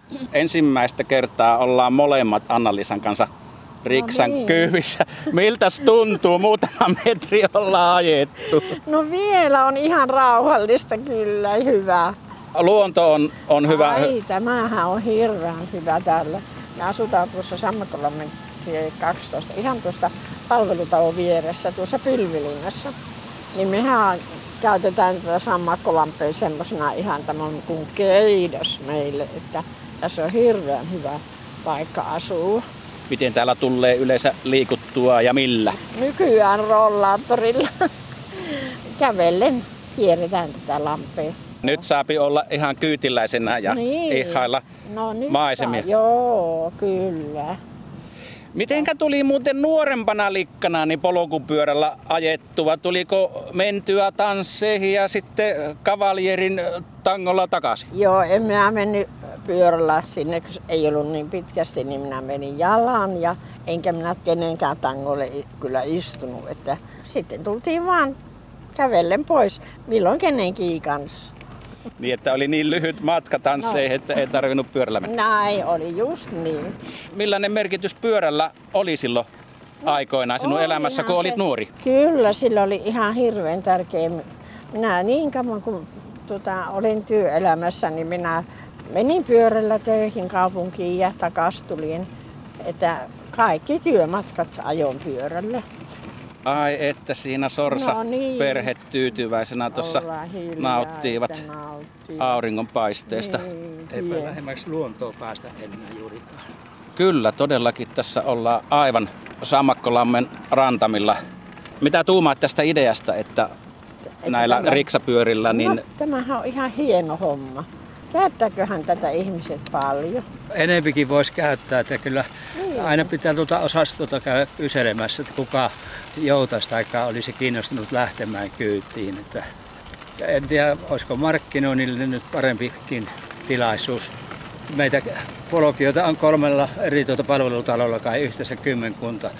ensimmäistä kertaa ollaan molemmat Anna-Liisan kanssa Riksan kyyvissä. Miltäs tuntuu? Muutama metri ollaan ajettu. No vielä on ihan rauhallista kyllä, hyvä. Luonto on hyvä. Ai, tämähän on hirveän hyvä täällä. Me asutaan tuossa Sammakkolammen 12, ihan tuosta palvelutalon vieressä, tuossa Pilvilinnassa. Niin mehän käytetään tätä Sammakkolampea semmosena ihan tämän kuin keidos meille, että tässä on hirveän hyvä paikka asua. Miten täällä tulee yleensä liikuttua ja millä? Nykyään rollaattorilla. Kävellen kierretään tätä lampea. Nyt saapi olla ihan kyytiläisenä ja ihailla maisemia. Joo, kyllä. Mitenkä tuli muuten nuorempana likkana niin polkupyörällä ajettua? Tuliko mentyä tansseihin ja sitten kavaljerin tangolla takaisin? Joo, en minä mennyt pyörällä sinne, kun ei ollut niin pitkästi, niin minä menin jalan ja enkä minä kenenkään tangolle kyllä istunut. Että sitten tultiin vaan kävellen pois, milloin kenenkin kanssa. Niin, että oli niin lyhyt matka tansseihin, että ei tarvinnut pyörällä mennä. Näin oli, just niin. Millainen merkitys pyörällä oli silloin aikoinaan sinun elämässä, kun olit nuori? Kyllä, sillä oli ihan hirveän tärkeä. Minä niin kauan kun olin työelämässä, niin minä menin pyörällä töihin kaupunkiin ja takas tulin. Että kaikki työmatkat ajoin pyörällä. Ai, että siinä perhe tyytyväisenä tuossa nauttivat auringonpaisteesta. Eipä lähemmäksi luontoa päästä enää juurikaan. Kyllä, todellakin tässä ollaan aivan Sammakkolammen rantamilla. Mitä tuumaat tästä ideasta, että näillä riksapyörillä? Niin... No, tämähän on ihan hieno homma. Käyttääköhän tätä ihmiset paljon? Enempikin voisi käyttää, että kyllä aina pitää osastolta käydä kyselemässä, että kuka joutaisi tai olisi kiinnostunut lähtemään kyytiin. Että en tiedä, olisiko markkinoinnille nyt parempikin tilaisuus. Meitä polkijoita on 3 eri palvelutalolla kai yhteensä 10.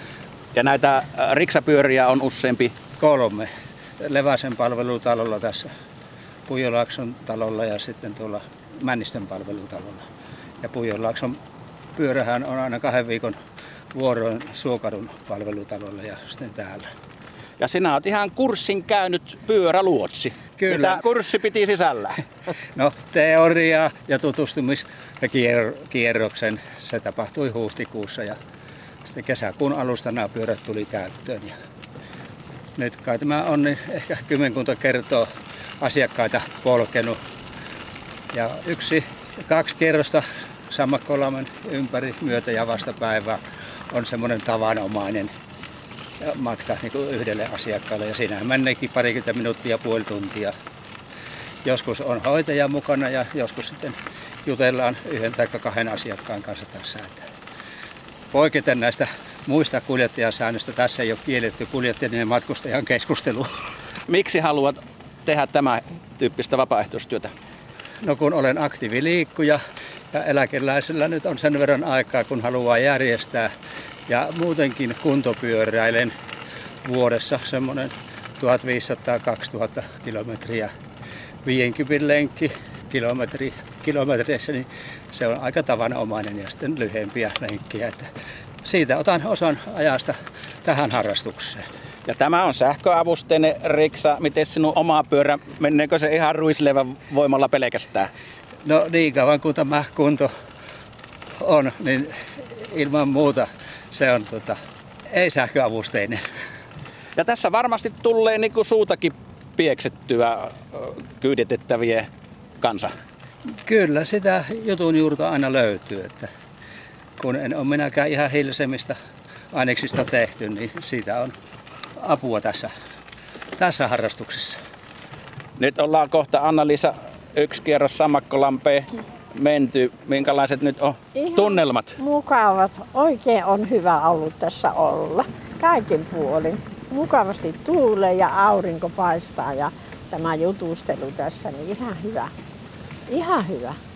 Ja näitä riksapyöriä on useampi? 3. Leväsen palvelutalolla tässä, Pujonlaakson talolla ja sitten tuolla Männistön palvelutalolla. Ja Pujonlaakson pyörähän on aina 2 viikon vuoroin Suokadun palvelutalolla ja sitten täällä. Ja sinä olet ihan kurssin käynyt pyöräluotsi. Kyllä. Mitä kurssi piti sisällä? No, teoria ja tutustumiskierroksen. Se tapahtui huhtikuussa ja sitten kesäkuun alusta nämä pyörät tuli käyttöön. Ja nyt kai tämä on niin ehkä 10 kertaa asiakkaita polkenut. Ja 1-2 kierrosta Sammakkolammen ympäri myötä ja vastapäivää on semmoinen tavanomainen matka niin kuin yhdelle asiakkaalle. Ja siinähän menneekin 20 minuuttia, puoli tuntia. Joskus on hoitaja mukana ja joskus sitten jutellaan 1 tai 2 asiakkaan kanssa tässä. Poiketen näistä muista kuljettajasäännöistä tässä ei ole kielletty kuljettajan ja matkustajan keskustelu. Miksi haluat tehdä tämä tyyppistä vapaaehtoistyötä? No kun olen aktiiviliikkuja ja eläkeläisellä nyt on sen verran aikaa kun haluaa järjestää. Ja muutenkin kuntopyöräilen vuodessa semmoinen 1500-2000 kilometriä. 50 lenkki kilometreissä, niin se on aika tavanomainen ja sitten lyhyempiä lenkkiä. Että siitä otan osan ajasta tähän harrastukseen. Ja tämä on sähköavusteinen riksa. Miten sinun oma pyörä, meneekö se ihan ruislevän voimalla pelkästään? No niin kauan kuin tämä kunto on, niin ilman muuta se on ei sähköavusteinen. Ja tässä varmasti tulee niin kuin suutakin pieksettyä kyyditettäviä kanssa. Kyllä, sitä jutun juurta aina löytyy. Että kun en ole minäkään ihan hilsemmistä aineksista tehty, niin siitä on apua tässä harrastuksessa. Nyt ollaan kohta Anna-Liisa 1 kierros Sammakkolampeen menty. Minkälaiset nyt on ihan tunnelmat? Mukavat. Oikein on hyvä ollut tässä olla. Kaikin puolin. Mukavasti tuulee ja aurinko paistaa ja tämä jutustelu tässä, niin ihan hyvä. Ihan hyvä.